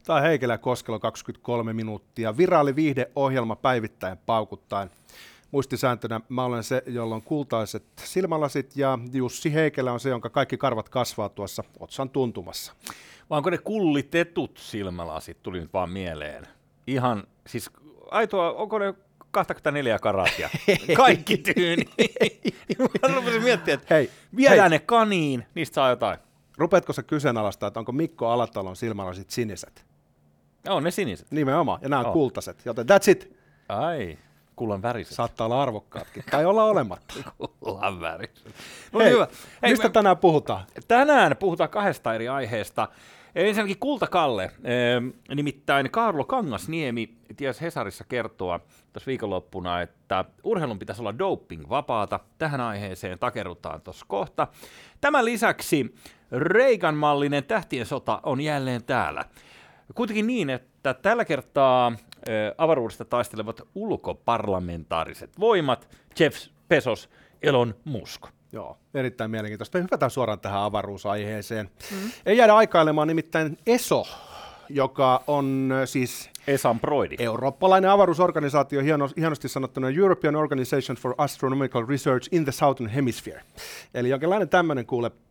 Tämä on Heikelä Koskelo 23 minuuttia. Viraaliviihdeohjelma päivittäin paukuttaen. Muistisääntönä mä olen se, jolla on kultaiset silmälasit, ja Jussi Heikelä on se, jonka kaikki karvat kasvaa tuossa otsan tuntumassa. Vai onko ne kullitetut silmälasit, tuli nyt vaan mieleen. Ihan, siis aitoa, onko ne 24 karatia? Kaikki tyyni. Mä rupesin miettimään, että viedään ne kaniin, niistä saa jotain. Rupeatko sä kyseenalaistaa, että onko Mikko Alatalon silmälasit siniset? On ne siniset. Nimenomaan, ja nämä on kultaiset, joten that's it. Ai, kullan väriset. Saattaa olla arvokkaatkin, tai olla olematta. Kullan väriset. No hei, hyvä. Hei, mistä tänään puhutaan? Tänään puhutaan kahdesta eri aiheesta. Ensinnäkin Kulta-Kalle, nimittäin Kaarlo Kangasniemi ties Hesarissa kertoa tuossa viikonloppuna, että urheilun pitäisi olla doping-vapaata. Tähän aiheeseen takerrutaan tuossa kohta. Tämän lisäksi Reagan-mallinen tähtien sota on jälleen täällä. Kuitenkin niin, että tällä kertaa avaruudesta taistelevat ulkoparlamentaariset voimat, Jeff Bezos, Elon Musk. Joo, erittäin mielenkiintoista. Me hypätään suoraan tähän avaruusaiheeseen. Ei jäädä aikailemaan, nimittäin ESO, joka on siis eurooppalainen avaruusorganisaatio, hienosti sanottuna European Organization for Astronomical Research in the Southern Hemisphere. Eli jonkinlainen tämmöinen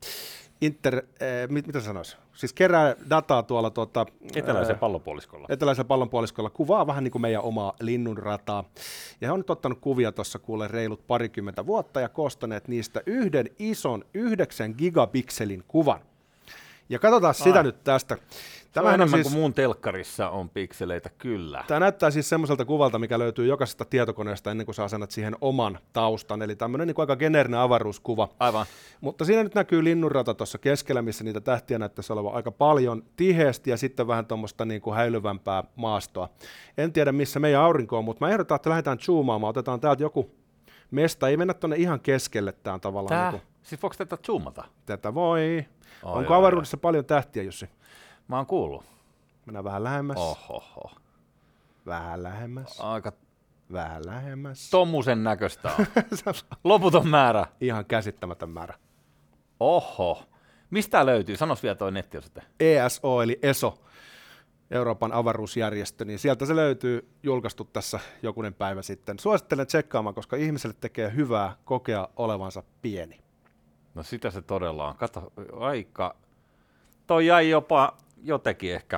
mitä sanoisi? Siis kerää dataa tuolla eteläisellä pallonpuoliskolla. Eteläisellä pallonpuoliskolla, kuvaa vähän niin kuin meidän omaa linnunrataa. Ja he on nyt ottanut kuvia tuossa reilut parikymmentä vuotta ja koostaneet niistä yhden ison 9 gigapikselin kuvan. Ja katsotaan sitä nyt tästä. Tämä on enemmän kuin muun telkkarissa on pikseleitä, kyllä. Tämä näyttää siis semmoiselta kuvalta, mikä löytyy jokaisesta tietokoneesta ennen kuin sä asennat siihen oman taustan. Eli tämmöinen niin kuin aika geneerinen avaruuskuva. Aivan. Mutta siinä nyt näkyy linnunrata tuossa keskellä, missä niitä tähtiä näyttäisi olevan aika paljon tiheästi ja sitten vähän tuommoista niin kuin häilyvämpää maastoa. En tiedä, missä meidän aurinko on, mutta mä ehdotan, että lähdetään zoomaamaan. Otetaan täältä joku mesta. Ei mennä tuonne ihan keskelle. Tämä on tavallaan... Niin kuin... Siis voiko tätä zoomata? Tätä voi. Onko avaruudessa paljon tähtiä, Jussi? Mä oon kuullut. Mennään vähän lähemmäs. Ohoho. Vähän lähemmäs. Vähän lähemmäs. Tommusen näköistä on. Loputon määrä. Ihan käsittämätön määrä. Oho. Mistä löytyy? Sanos vielä toi nettiosoite. ESO eli ESO, Euroopan avaruusjärjestö, niin sieltä se löytyy julkaistu tässä jokunen päivä sitten. Suosittelen tsekkaamaan, koska ihmiselle tekee hyvää kokea olevansa pieni. No sitä se todella on. Kato, aika... Toi jäi jopa jotenkin ehkä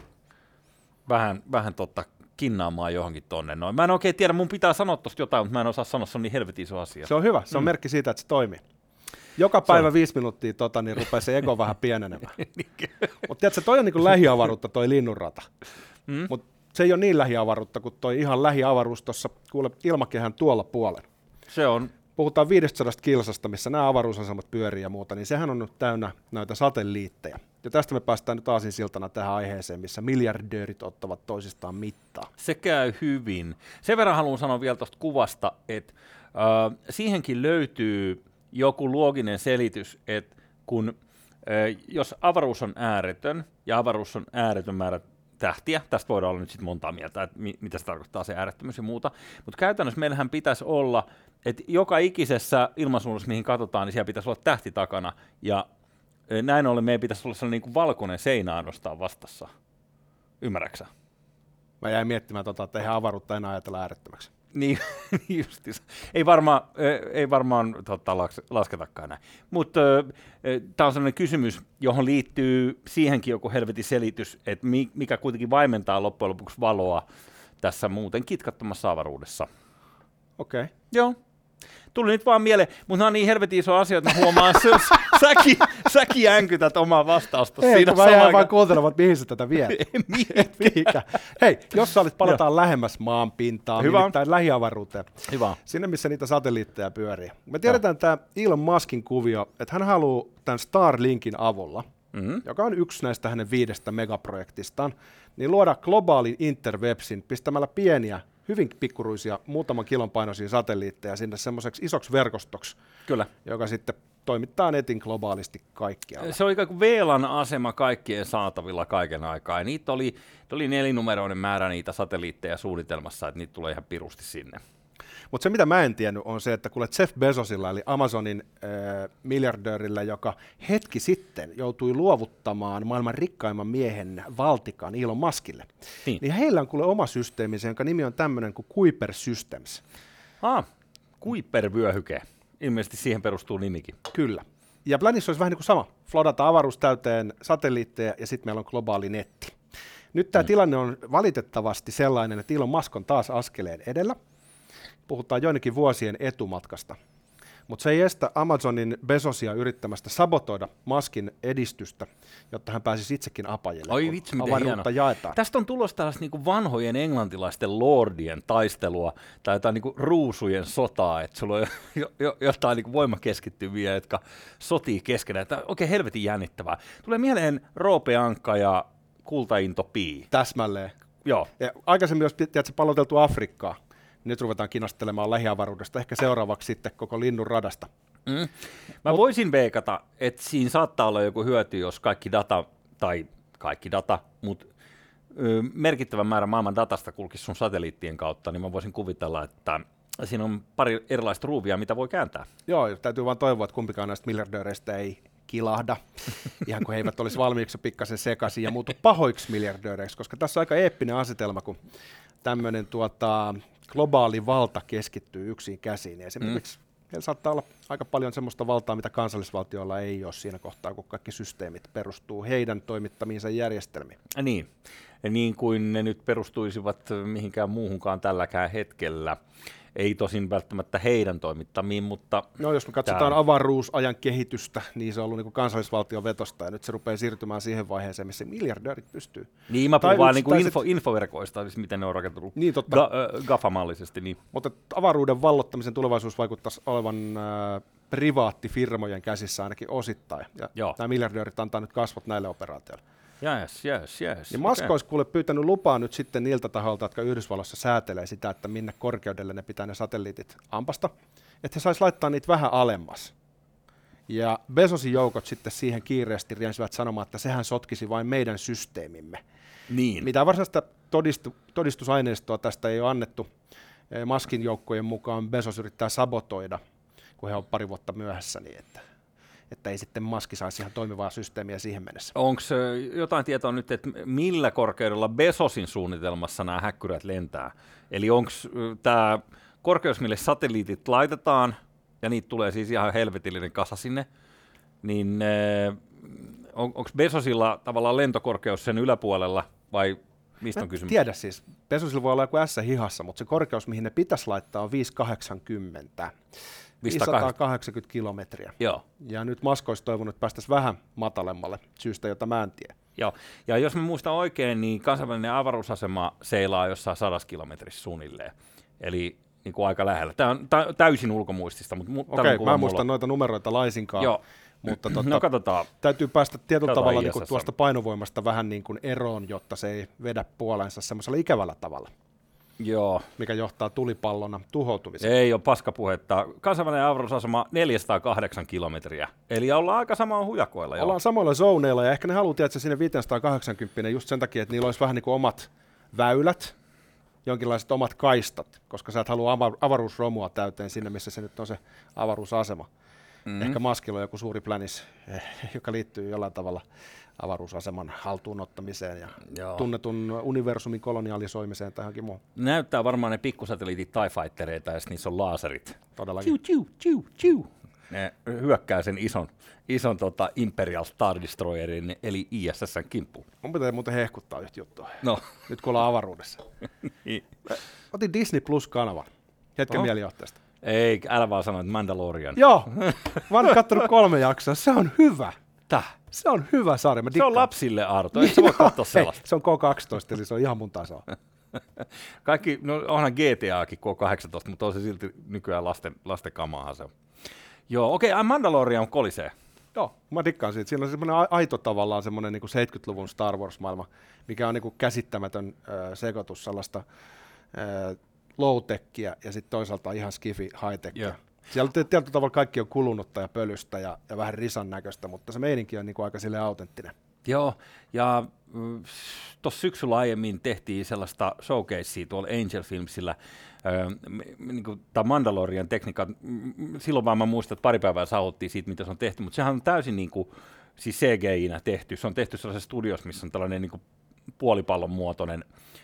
vähän kinnaamaan johonkin tonne. No, mä en oikein tiedä, mun pitää sanoa tosta jotain, mutta mä en osaa sanoa, se on niin helvetin iso asia. Se on hyvä, se on merkki siitä, että se toimii. Joka päivä 5 minuuttia niin rupeaa se ego vähän pienenemään. Mutta tiedätkö, toi on niin kuin lähiavaruutta toi linnunrata. Mutta se ei ole niin lähiavaruutta kuin toi ihan lähiavaruus tuossa kuule ilmakehän tuolla puolella. Se on. Puhutaan 500 kilsasta, missä nämä avaruusasemat pyörii ja muuta, niin sehän on nyt täynnä näitä satelliitteja. Ja tästä me päästään nyt aasinsiltana tähän aiheeseen, missä miljardöörit ottavat toisistaan mittaa. Se käy hyvin. Sen verran haluan sanoa vielä tuosta kuvasta, että siihenkin löytyy joku looginen selitys, että jos avaruus on ääretön ja avaruus on ääretön määrä tähtiä, tästä voidaan olla nyt sitten montaa mieltä, että mitä se tarkoittaa se äärettömyys ja muuta, mutta käytännössä meillähän pitäisi olla, että joka ikisessä ilmansuunnassa, mihin katsotaan, niin siellä pitäisi olla tähti takana, ja näin ollen meidän pitäisi olla sellainen niin kuin valkoinen seinä ainoastaan vastassa. Ymmärräksä? Mä jäin miettimään, että eihän avaruutta enää ajatella äärettömäksi. Niin, justiinsa. Ei varmaan lasketakaan näin. Mutta tämä on sellainen kysymys, johon liittyy siihenkin joku helvetin selitys, että mikä kuitenkin vaimentaa loppujen lopuksi valoa tässä muuten kitkattomassa avaruudessa. Okei. Joo. Tuli nyt vaan mieleen, mutta nämä on niin helvetin iso asia, että mä huomaan, säkin änkytät omaa vastausta. Ei, kun mä jään vaan kuuntelemaan, että mihin sä tätä viet. Mihinkä. Hei, jos sä palataan lähemmäs maan pintaan, nimittäin lähiavaruuteen. Hyvä. Sinne, missä niitä satelliitteja pyörii. Me tiedetään tämä Elon Muskin kuvio, että hän haluaa tämän Starlinkin avulla, joka on yksi näistä hänen 5 megaprojektistaan, niin luoda globaalin interwebsin pistämällä pieniä, hyvin pikkuruisia, muutaman kilon painoisia satelliitteja sinne semmoiseksi isoksi verkostoksi, Kyllä. joka sitten toimittaa netin globaalisti kaikkialla. Se oli ikään kuin VLAN asema kaikkien saatavilla kaiken aikaa, ja niitä oli 4-numeroinen määrä niitä satelliitteja suunnitelmassa, että niitä tulee ihan pirusti sinne. Mutta se, mitä mä en tiennyt, on se, että kuule Jeff Bezosilla, eli Amazonin miljardöörillä, joka hetki sitten joutui luovuttamaan maailman rikkaimman miehen valtikan Elon Muskille, niin heillä on kuule oma systeemi, jonka nimi on tämmöinen kuin Kuiper Systems. Kuiper-vyöhyke. Ilmeisesti siihen perustuu nimikin. Kyllä. Ja planissa olisi vähän niin kuin sama. Flodata avaruus täyteen satelliitteja ja sitten meillä on globaali netti. Nyt tämä tilanne on valitettavasti sellainen, että Elon Musk on taas askeleen edellä. Puhutaan joidenkin vuosien etumatkasta. Mutta se ei estä Amazonin Bezosia yrittämästä sabotoida Muskin edistystä, jotta hän pääsisi itsekin apajille. Oi vitsi, miten hieno. Jaetaan. Tästä on tulossa tällaista niinku vanhojen englantilaisten lordien taistelua tai jotain niinku ruusujen sotaa, että sulla on jotain niinku voimakeskittyviä, jotka sotii keskenään. Tämä on oikein helvetin jännittävää. Tulee mieleen Roope Ankka ja Kultainto Pii. Täsmälleen. Joo. Ja aikaisemmin, jos palloteltu Afrikkaa, nyt ruvetaan kinastelemaan lähiavaruudesta, ehkä seuraavaksi sitten koko linnun radasta. Mä voisin veikata, että siinä saattaa olla joku hyöty, jos kaikki data, mutta merkittävä määrä maailman datasta kulkisi sun satelliittien kautta, niin mä voisin kuvitella, että siinä on pari erilaista ruuvia, mitä voi kääntää. Joo, täytyy vaan toivoa, että kumpikaan näistä miljardööreistä ei kilahda, ihan kun he eivät olisi valmiiksi pikkasen sekaisin ja muutu pahoiksi miljardööreiksi, koska tässä on aika eeppinen asetelma, kun tämmöinen globaali valta keskittyy yksin käsiin. Esimerkiksi heillä saattaa olla aika paljon semmoista valtaa, mitä kansallisvaltioilla ei ole siinä kohtaa, kun kaikki systeemit perustuu heidän toimittamiinsa järjestelmiin. Niin kuin ne nyt perustuisivat mihinkään muuhunkaan tälläkään hetkellä. Ei tosin välttämättä heidän toimittamiin, mutta... No jos me katsotaan avaruusajan kehitystä, niin se on ollut niin kuin kansallisvaltion vetosta, ja nyt se rupeaa siirtymään siihen vaiheeseen, missä miljardöörit pystyy. Niin, mä puhun vaan niin infoverkoista, siis miten ne on rakentunut niin, totta. GAFA-mallisesti. Niin. Mutta avaruuden vallottamisen tulevaisuus vaikuttaisi olevan privaattifirmojen käsissä ainakin osittain, ja nämä miljardöörit antaa nyt kasvot näille operaatioille. Yes. Ja Musk olisi kuule pyytänyt lupaa nyt sitten niiltä tahoilta, jotka Yhdysvalloissa säätelee sitä, että minne korkeudelle ne pitää ne satelliitit ampasta, että he saisi laittaa niitä vähän alemmas. Ja Bezosin joukot sitten siihen kiireesti riensivät sanomaan, että sehän sotkisi vain meidän systeemimme. Niin. Mitä varsinaista todistusaineistoa tästä ei ole annettu. Muskin joukkojen mukaan Bezos yrittää sabotoida, kun he on pari vuotta myöhässä, niin että ei sitten Musk saisi ihan toimivaa systeemiä siihen mennessä. Onko jotain tietoa nyt, että millä korkeudella Bezosin suunnitelmassa nämä häkkyrät lentää? Eli onko tämä korkeus, mille satelliitit laitetaan, ja niitä tulee siis ihan helvetillinen kasa sinne, niin onko Bezosilla tavallaan lentokorkeus sen yläpuolella, vai mistä on kysymys? Tiedä siis. Bezosilla voi olla joku hihassa, mutta se korkeus, mihin ne pitäisi laittaa, on 580. 580 kilometriä. Joo. Ja nyt Musk olisi toivonut, että päästäisiin vähän matalemmalle syystä, jota mä en tiedä. Joo. Ja jos mä muistan oikein, niin kansainvälinen avaruusasema seilaa jossain 100 kilometrissä suunnilleen. Eli niin kuin aika lähellä. Tämä on täysin ulkomuistista. Okei, mä en muista noita numeroita laisinkaan. Joo. Mutta no katsotaan. Täytyy päästä tietyllä tavalla niin kuin tuosta painovoimasta vähän niin kuin eroon, jotta se ei vedä puoleensa semmoisella ikävällä tavalla. Joo. Mikä johtaa tulipallona tuhoutumiseen. Ei ole paskapuhetta. Kansainvälinen avaruusasema 408 kilometriä. Eli ollaan aika samaa hujakoilla. Ollaan samoilla zoneilla ja ehkä ne haluaa tietää sinne 580 just sen takia, että niillä olisi vähän niin kuin omat väylät, jonkinlaiset omat kaistat, koska sä et halua avaruusromua täyteen sinne, missä se nyt on se avaruusasema. Ehkä Muskilla on joku suuri plänis, joka liittyy jollain tavalla avaruusaseman haltuunottamiseen ja tunnetun universumin kolonialisoimiseen tai johonkin muuhun. Näyttää varmaan ne pikkusatelliitit TIE Fightereita, ja niissä on laaserit. Todellakin. Ne hyökkää sen ison Imperial Star Destroyerin, eli ISS:n kimppuun. Mun pitää muuten hehkuttaa yhtä juttua. No. Nyt kun ollaan avaruudessa. Otin Disney Plus-kanavan. Hetken mielijohteesta. Ei, älä vaan sano, että Mandalorian. Joo, mä oon katsonut 3 jaksoa. Se on hyvä. Se on hyvä sarja. Se on lapsille, Arto. Ei se voi katsoa sellaista. Se on K12, eli se on ihan mun tasoa. Kaikki, no onhan GTAkin K18, mutta on se silti nykyään lasten kamaahan se on. Joo, okei, Mandalorian kolisee. Joo, mä dikkaan siitä. Siinä on semmoinen aito tavallaan semmoinen niin kuin 70-luvun Star Wars-maailma, mikä on niin kuin käsittämätön sekoitus sellaista low-techia ja sitten toisaalta ihan skifi high-techia. Yeah. Siellä tietyllä tavalla kaikki on kulunutta ja pölystä ja vähän risan näköistä, mutta se meininki on niin kuin aika silleen autenttinen. Joo, ja tuossa syksyllä aiemmin tehtiin sellaista showcasea tuolla Angel Filmsillä, tämä Mandalorian tekniikka, silloin vaan mä muistan, että pari päivää saavutettiin siitä, mitä se on tehty, mutta sehän on täysin niin kuin, siis CGI-nä tehty. Se on tehty sellaisessa studiossa, missä on tällainen niin kuin puolipallon muotoinen,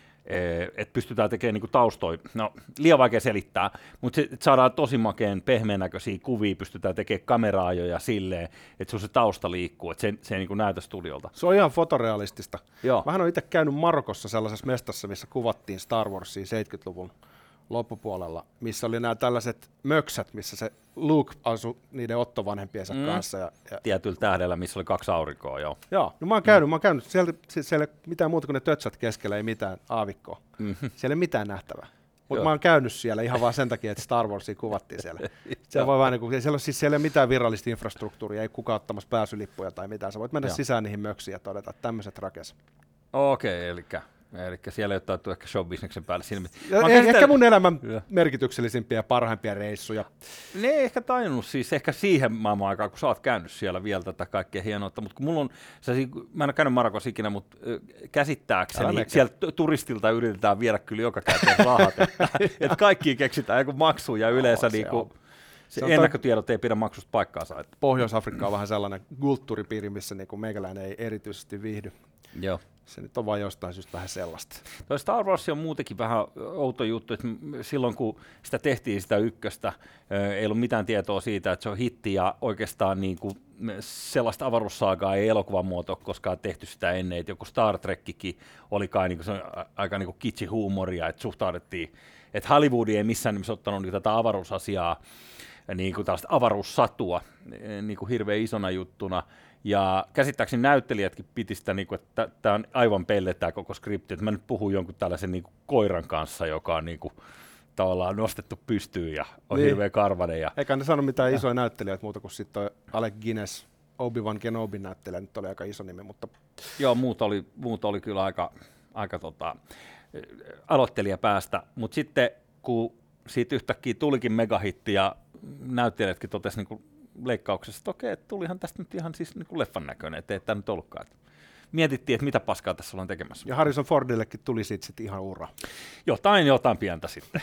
että pystytään tekemään niin kuin taustoja. No, liian vaikea selittää, mutta saadaan tosi makeen pehmeän näköisiä kuvia, pystytään tekemään kameraajoja silleen, että se tausta liikkuu, että se ei niin kuin näytä studiolta. Se on ihan fotorealistista. Joo. Mähän olen itse käynyt Marokossa sellaisessa mestassa, missä kuvattiin Star Warsia 70-luvun loppupuolella, missä oli nämä tällaiset möksät, missä se Luke asui niiden Otto-vanhempiensa kanssa. Ja tietyllä tähdellä, missä oli 2 aurinkoa, joo. Joo, no mä oon käynyt siellä ei ole mitään muuta kuin ne tötsät keskellä, ei mitään aavikkoa. Siellä ei mitään nähtävää. Mutta mä oon käynyt siellä ihan vaan sen takia, että Star Warsia kuvattiin siellä. Siellä ei ole mitään virallista infrastruktuuria, ei kukaan ottamassa pääsylippuja tai mitään. Sä voit mennä sisään niihin möksiin ja todeta, että tämmöiset rakes. Okei, eli siellä ei ole taittu ehkä show-bisneksen päälle. Ehkä mun elämän merkityksellisimpiä ja parhaimpia reissuja. Ne ei ehkä tajunnut siis ehkä siihen maailman aikaan, kun sä oot käynyt siellä vielä tätä kaikkea hienoutta, mutta kun mulla on, mä en ole käynyt Marokossa ikinä, mutta käsittääkseni sieltä turistilta yritetään viedä kyllä joka käteen rahat, että kaikki keksitään joku maksu ja yleensä ennakkotiedot ei pidä maksusta paikkaansa. Pohjois-Afrikka on vähän sellainen kulttuuripiiri, missä niin meikäläinen ei erityisesti viihdy. Joo. Se nyt on vain jostain syystä vähän sellaista. Toi Star Wars on muutenkin vähän outo juttu, että silloin kun sitä tehtiin sitä ykköstä, ei ollut mitään tietoa siitä, että se on hitti ja oikeastaan niin kuin sellaista avaruussaagaa ei elokuvan muotoa koskaan tehty sitä ennen, että joku Star Trekkikin oli kai niin kuin aika niin kuin kitsi-huumoria, että suhtaudettiin, että Hollywood ei missään nimessä ottanut niin tätä avaruusasiaa, niin kuin tällaista avaruussatua niin kuin hirveän isona juttuna. Ja käsittääkseni näyttelijätkin piti sitä, niin kuin, että tämä on aivan pelle tämä koko skripti, että mä nyt puhun jonkun tällaisen niin kuin koiran kanssa, joka on niin kuin, tavallaan nostettu pystyyn ja on hirveän karvainen. Eikä ne sano mitään isoja näyttelijöitä muuta kuin sitten Alec Guinness, Obi-Wan Kenobin näyttelijä, nyt oli aika iso nimi. Mutta... Joo, muut oli kyllä aika aloittelija päästä, mutta sitten kun siitä yhtäkkiä tulikin megahitti ja näyttelijätkin totesi niin kuin leikkauksessa, että okei, että tulihan tästä nyt ihan siis niin kuin leffan näköinen, ettei tämä nyt ollutkaan. Mietittiin, että mitä paskaa tässä ollaan tekemässä. Ja Harrison Fordillekin tuli siitä sitten ihan ura. Jotain pientä sitten.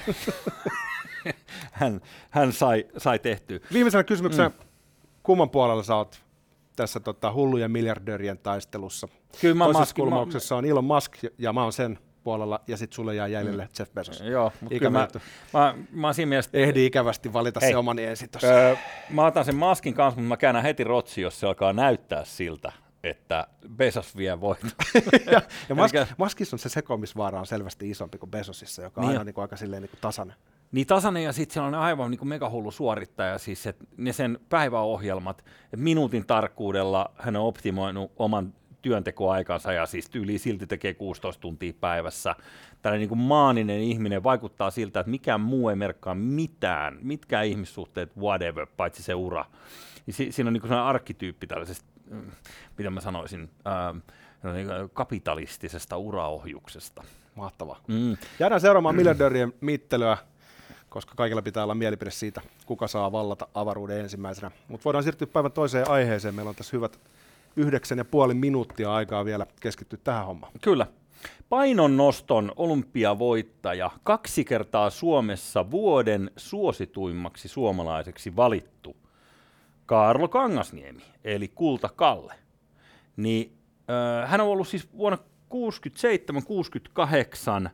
hän sai tehtyä. Viimeisenä kysymyksenä, kumman puolella sä oot tässä hullujen miljardöörien taistelussa? Kyllä toisessa kulmauksessa on Elon Musk ja mä oon sen puolella, ja sitten sulle jää jäljelle Jeff Bezos. Joo, mutta kyllä mä siinä mielessä... Ehdi ikävästi valita se omani ensin tuossa. Mä otan sen Muskin kanssa, mutta mä käännän heti rotsi, jos se alkaa näyttää siltä, että Bezos vie voiton. ja Muskissa on se sekoamisvaara on selvästi isompi kuin Bezosissa, joka on aina niin kuin aika silleen niin kuin tasainen. Niin tasainen, ja sitten se on aivan niin kuin megahullu suorittaja, siis että ne sen päiväohjelmat, että minuutin tarkkuudella hän on optimoinut oman työntekoaikansa ja siis tyyliin silti tekee 16 tuntia päivässä. Tällainen niin kuin maaninen ihminen vaikuttaa siltä, että mikään muu ei merkkaa mitään, mitkään ihmissuhteet, whatever, paitsi se ura. Siinä on niin kuin sellainen arkkityyppi tällaisesta, mitä mä sanoisin, kapitalistisesta uraohjuksesta. Mahtavaa. Jäädään seuraamaan miljardöörien mittelyä, koska kaikilla pitää olla mielipide siitä, kuka saa vallata avaruuden ensimmäisenä. Mutta voidaan siirtyä päivän toiseen aiheeseen. Meillä on tässä hyvät 9,5 minuuttia aikaa vielä keskittyä tähän hommaan. Kyllä. Painonnoston olympiavoittaja, 2 kertaa Suomessa vuoden suosituimmaksi suomalaiseksi valittu Kaarlo Kangasniemi, eli Kulta Kalle. Niin, hän on ollut siis vuonna 67-68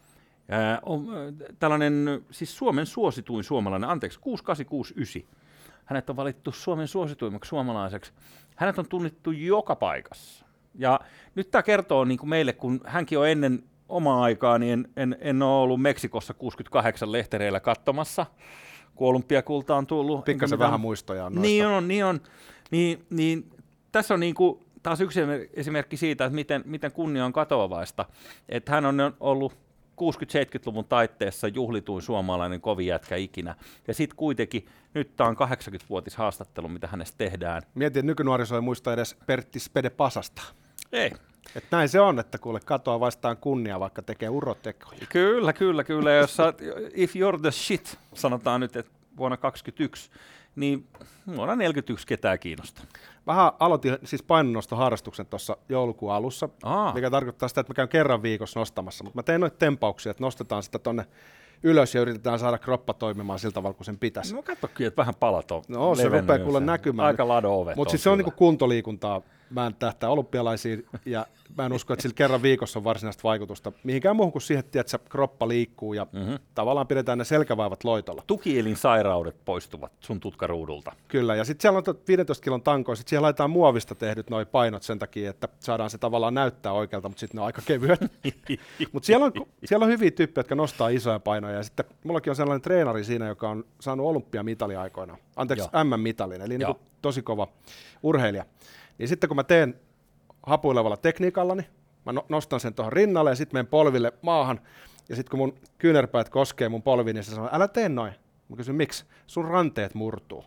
tällainen siis Suomen suosituin suomalainen, 6869. Hänet on valittu Suomen suosituimmaksi suomalaiseksi. Hänet on tunnettu joka paikassa. Ja nyt tämä kertoo niin kuin meille, kun hänkin on ennen omaa aikaa, niin en ole ollut Meksikossa 68 lehtereillä katsomassa, kun olympiakulta on tullut. Pikkasen vähän muistoja on noista. Niin on. Niin, tässä on niin kuin taas yksi esimerkki siitä, että miten kunnia on katoavaista. Että hän on ollut 60-70-luvun taitteessa juhlituin suomalainen kovin jätkä ikinä. Ja sitten kuitenkin, nyt tämä on 80-vuotishaastattelu, mitä hänestä tehdään. Mietin, että nykynuoriso ei muista edes Pertti Spede Pasasta. Ei. Että näin se on, että kuule katoa vastaan kunnia, vaikka tekee urotekoja. Kyllä. Jos if you're the shit, sanotaan nyt, että vuonna 2021, niin vuonna 41 ketään kiinnostaa. Vähän aloitin siis painonnostoharrastuksen tuossa joulukuun alussa, mikä tarkoittaa sitä, että mä käyn kerran viikossa nostamassa, mutta mä tein noita tempauksia, että nostetaan sitä tonne ylös ja yritetään saada kroppa toimimaan sillä tavalla, kun sen pitäisi. No katsokin, että vähän palat on no se rupeaa kuule näkymään. Aika lado-ovet. Mutta siis se on niinku kuntoliikuntaa. Mä en tähtää olympialaisiin ja mä en usko, että sillä kerran viikossa on varsinaista vaikutusta mihinkään muuhun kuin siihen, että kroppa liikkuu ja tavallaan pidetään ne selkävaivat loitolla. Tukielinsairaudet poistuvat sun tutkaruudulta. Kyllä, ja sitten siellä on 15 kilon tankoja, sitten siihen laitetaan muovista tehdyt noi painot sen takia, että saadaan se tavallaan näyttää oikealta, mutta sitten ne on aika kevyet. Mutta siellä on hyviä tyyppejä, jotka nostaa isoja painoja, ja sitten mullakin on sellainen treenari siinä, joka on saanut olympiamitali aikoinaan, anteeksi M-mitalin, eli niin tosi kova urheilija. Niin sitten kun mä teen hapuilevalla tekniikallani, mä nostan sen tuohon rinnalle ja sitten menen polville maahan, ja sitten kun mun kyynärpäät koskee mun polviin, niin se sanoo, älä tee noin. Mä kysyn, miksi? Sun ranteet murtuu.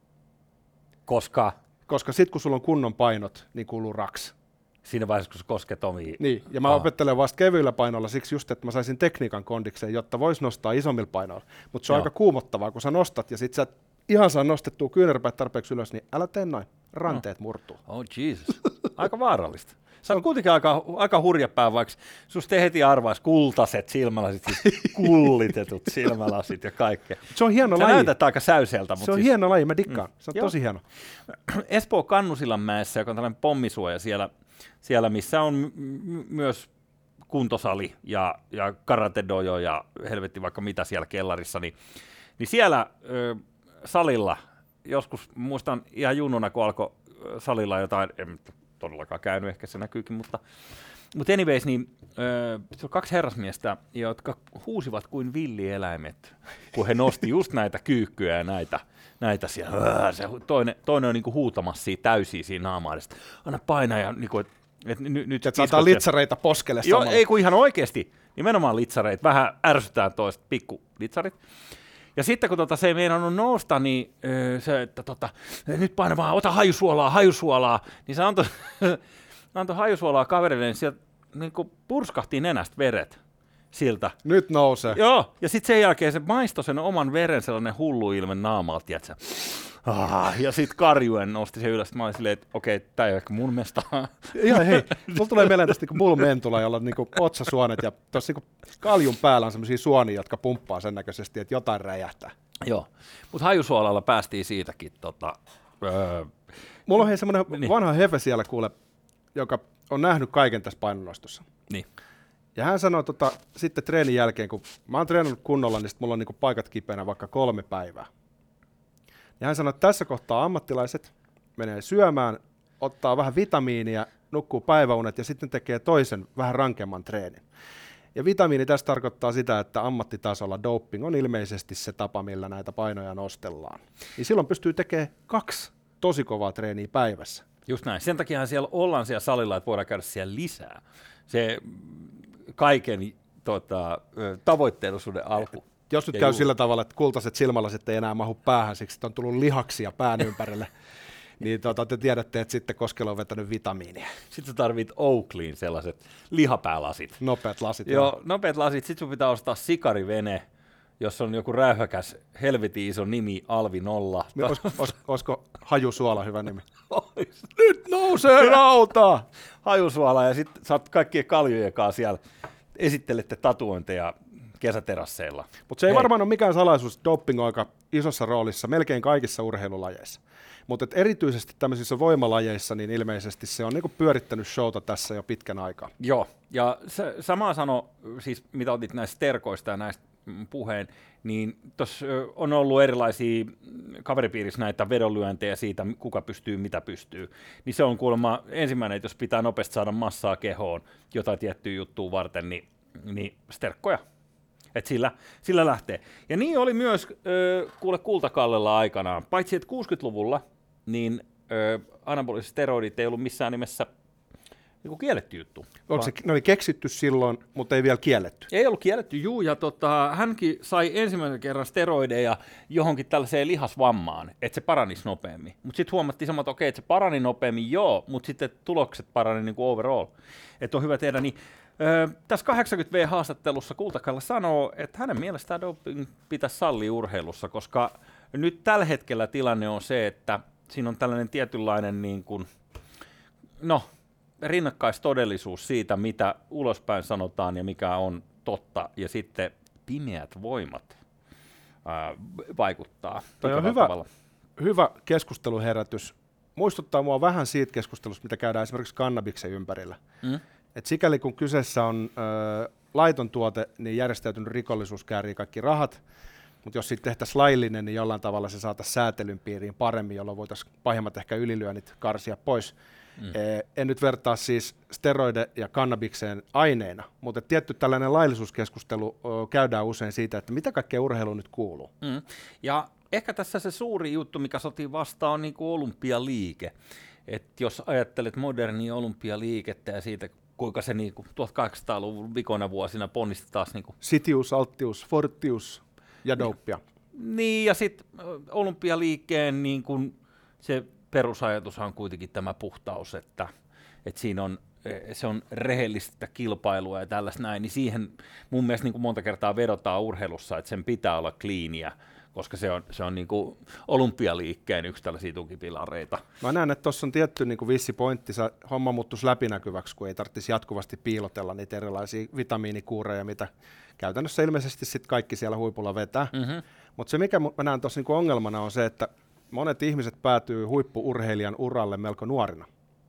Koska sitten kun sulla on kunnon painot, niin kuuluu raks. Siinä vaiheessa, kun sä kosket omiin. Niin, ja mä opettelen vasta kevyillä painoilla siksi just, että mä saisin tekniikan kondikseen, jotta vois nostaa isommilla painoilla. Mutta se on aika kuumottavaa, kun sä nostat ja sit sä ihan saa nostettua kyynärpäät tarpeeksi ylös, niin älä tee noin. Ranteet murtuu. Oh Jesus. Aika vaarallista. Sä oot kuitenkin aika hurja pää, vaikka susta ei heti arvaisi kultaiset silmälasit, siis kullitetut silmälasit ja kaikkea. Se on hieno laji. Sä näytät aika säyseltä. Se on hieno laji, mä dikkaan. Se on tosi hieno. Espoo Kannusillanmäessä, joka on tällainen pommisuoja siellä missä on myös kuntosali ja karate dojo ja helvetti vaikka mitä siellä kellarissa, niin siellä salilla, joskus muistan ihan junnuna, kun alkoi salilla jotain, en todellakaan käynyt, ehkä se näkyykin, mutta anyways, niin se on 2 herrasmiestä, jotka huusivat kuin villieläimet, kun he nosti just näitä kyykkyjä ja näitä siellä. Se toinen on niinku huutamassa siitä täysiä siinä naamaa, että anna painaa ja niinku, nyt että saadaan litsareita poskelle samalla. Joo, ei kun ihan oikeasti, nimenomaan litsareita, vähän ärsytään toista pikku litsarit. Ja sitten kun se ei meinannut nousta, niin se, että nyt paina vaan, ota hajusuolaa, niin se antoi hajusuolaa kaverille, niin sieltä niin purskahti nenästä veret siltä. Nyt nousee. Joo, ja sitten sen jälkeen se maistoi sen oman veren sellainen hullu ilmen naamalta, tiiätsä. Ja sitten karjuen nosti se ylös. Mä olin silleen, että okei, tää ei ole ehkä mun mesta. Ihan hei, mulla tulee mieleen tästä niinku Bull Mentula, jolla on niinku otsasuonet ja tuossa niinku kaljun päällä on sellaisia suonia, jotka pumppaa sen näköisesti, että jotain räjähtää. Joo, mutta hajusuolalla päästiin siitäkin. Mulla on hei semmoinen vanha hefe siellä kuule, joka on nähnyt kaiken tässä painonnostossa. Niin. Ja hän sanoi sitten treenin jälkeen, kun mä oon treenannut kunnolla, niin mulla on niinku paikat kipeänä vaikka 3 päivää. Ja hän sanoi, että tässä kohtaa ammattilaiset menee syömään, ottaa vähän vitamiinia, nukkuu päiväunet ja sitten tekee toisen vähän rankemman treenin. Ja vitamiini tässä tarkoittaa sitä, että ammattitasolla doping on ilmeisesti se tapa, millä näitä painoja nostellaan. Niin silloin pystyy tekemään 2 tosi kovaa treeniä päivässä. Just näin. Sen takia siellä ollaan siellä salilla, että voidaan käydä siellä lisää. Se kaiken tavoitteellisuuden alku. Jos nyt käy sillä tavalla, että kultaiset silmälasit ei enää mahu päähän, siksi on tullut lihaksia pään ympärille, niin te tiedätte, että sitten Koskelo on vetänyt vitamiinia. Sitten sä tarvit Oakleyn sellaiset lihapäälasit. Nopeat lasit. Joo, nopeat lasit. Sitten sun pitää ostaa sikarivene, jossa on joku räyhäkäs, helvetin iso nimi, Alvi 0. Olisiko hajusuola hyvä nimi? Nyt nousee rauta! Hajusuola ja sitten sä oot kaikkien kaljujen kanssa siellä. Esittelette tatuointeja kesäterasseilla. Mutta se ei varmaan ole mikään salaisuus, doping on aika isossa roolissa melkein kaikissa urheilulajeissa. Mutta erityisesti tämmöisissä voimalajeissa, niin ilmeisesti se on niinku pyörittänyt showta tässä jo pitkän aikaa. Joo, ja sama sano, siis mitä otit näistä sterkoista ja näistä puheen, niin tuossa on ollut erilaisia kaveripiirissä näitä vedonlyöntejä siitä, kuka pystyy, mitä pystyy. Niin se on kuulemma ensimmäinen, että jos pitää nopeasti saada massaa kehoon jotain tiettyä juttua varten, niin sterkkoja. Että sillä lähtee. Ja niin oli myös Kultakallella aikanaan. Paitsi että 60-luvulla niin anaboliset steroidit ei ollut missään nimessä niin kielletty juttu. Ne oli keksitty silloin, mutta ei vielä kielletty? Ei ollut kielletty, juu. Ja hänkin sai ensimmäisen kerran steroideja johonkin tällaiseen lihasvammaan, että se paranisi nopeammin. Mutta sitten huomattiin samalla, että okei, että se parani nopeammin, joo, mutta sitten tulokset parani niin kuin overall. Että on hyvä tehdä niin. Tässä 80V-haastattelussa Kultakalla sanoo, että hänen mielestään doping pitäisi sallia urheilussa, koska nyt tällä hetkellä tilanne on se, että siinä on tällainen tietynlainen niin kuin, rinnakkaistodellisuus siitä, mitä ulospäin sanotaan ja mikä on totta, ja sitten pimeät voimat vaikuttaa. Toi on hyvä keskusteluherätys. Muistuttaa mua vähän siitä keskustelusta, mitä käydään esimerkiksi kannabiksen ympärillä. Et sikäli kun kyseessä on laiton tuote, niin järjestäytynyt rikollisuus käärii kaikki rahat, mutta jos siitä tehtäisiin laillinen, niin jollain tavalla se saataisiin säätelyn piiriin paremmin, jolloin voitaisiin pahimmat ehkä ylilyönnit karsia pois. En nyt vertaa siis steroide- ja kannabikseen aineena, mutta tietty tällainen laillisuuskeskustelu käydään usein siitä, että mitä kaikkea urheiluun nyt kuuluu. Ja ehkä tässä se suuri juttu, mikä sotii vastaan, on niin kuin olympialiike. Et jos ajattelet modernia olympialiikettä ja siitä, kuinka se niin kuin 1800-luvun vikona vuosina ponnisti taas. Niin kuin Sitius, Altius, Fortius ja dopia. Niin, ja sitten olympialiikkeen niin kuin se perusajatus on kuitenkin tämä puhtaus, että siinä on, se on rehellistä kilpailua ja tällaista näin, niin siihen mun mielestä niin kuin monta kertaa vedotaan urheilussa, että sen pitää olla cleania, koska se on niin kuin olympialiikkeen yksi tällaisia tukipilareita. Mä näen, että tuossa on tietty niin kuin vissi pointti, homma muuttuisi läpinäkyväksi, kun ei tarvitsisi jatkuvasti piilotella niitä erilaisia vitamiinikuureja, mitä käytännössä ilmeisesti sit kaikki siellä huipulla vetää. Mutta se, mikä mä näen tuossa niin kuin ongelmana, on se, että monet ihmiset päätyy huippu-urheilijan uralle melko nuorina.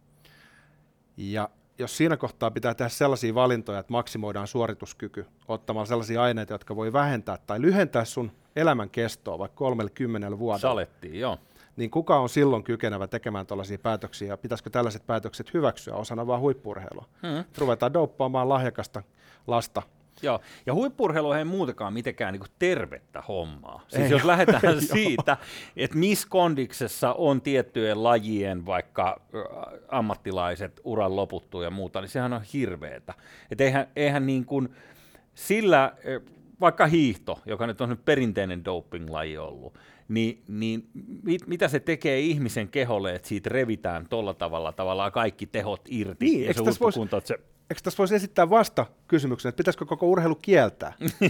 Ja jos siinä kohtaa pitää tehdä sellaisia valintoja, että maksimoidaan suorituskyky ottamalla sellaisia aineita, jotka voi vähentää tai lyhentää sun elämän kestoa vaikka 30 vuodella. Salettiin, joo. Niin kuka on silloin kykenevä tekemään tällaisia päätöksiä ja pitäisikö tällaiset päätökset hyväksyä osana vaan huippu-urheilua? Ruvetaan douppaamaan lahjakasta lasta. Joo, ja huippu-urheilu ei muutenkaan mitenkään niin kuin tervettä hommaa. Siis jos lähdetään siitä, että missä kondiksessa on tiettyjen lajien vaikka ammattilaiset uran loputtua ja muuta, niin sehän on hirveetä. Että eihän niin kuin sillä, vaikka hiihto, joka nyt on nyt perinteinen doping-laji ollut, niin mitä se tekee ihmisen keholle, että siitä revitään tolla tavalla tavallaan kaikki tehot irti. Niin, ja se huippukunto, että se... Eikö tässä voisi esittää vasta kysymyksen, että pitäisikö koko urheilu kieltää?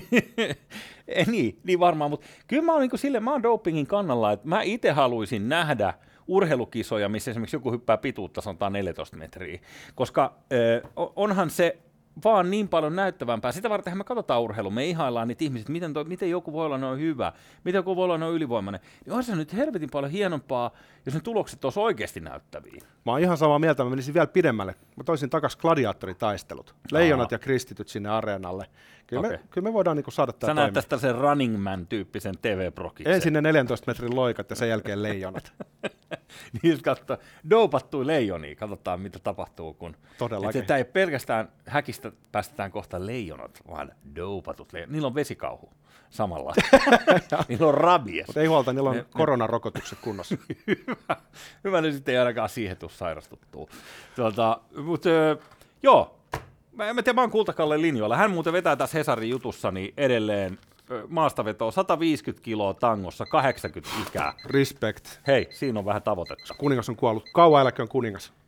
niin varmaan, mutta kyllä mä oon, mä oon dopingin kannalla, että mä itse haluaisin nähdä urheilukisoja, missä esimerkiksi joku hyppää pituutta, sanotaan 14 metriä, koska onhan se vaan niin paljon näyttävämpää. Sitä varten me katsotaan urheilua, me ihaillaan niitä ihmisiä, miten joku voi olla noin hyvä, miten joku voi olla noin ylivoimainen. Niin on se nyt helvetin paljon hienompaa, jos ne tulokset olisi oikeasti näyttäviä. Mä oon ihan samaa mieltä, mä menisin vielä pidemmälle. Mä toisin takaisin gladiaattoritaistelut. Leijonat ja kristityt sinne areenalle. Kyllä me voidaan niinku saada tämä toimia. Sä näet tästä sen Running Man-tyyppisen TV-prokiksen. Ensin ne 14 metrin loikat ja sen jälkeen leijonat. Niin, katso, dopattui leijonia, katsotaan mitä tapahtuu, kun... Todellakin. Tämä ei pelkästään häkistä päästetään kohta leijonat, vaan dopatut leijonat. Niillä on vesikauhu samalla. Niillä on rabies. Mutta ei huolta, niillä on koronarokotukset kunnossa. Hyvä, ne sitten ei ainakaan siihen tule sairastuttua. Mutta joo, mä oon Kultakalle linjoilla. Hän muuten vetää tässä Hesarin jutussa niin edelleen maastavetoa 150 kiloa tangossa, 80 ikää. Respect. Hei, siinä on vähän tavoitetta. Kuningas on kuollut. Kauan eläköön kuningas.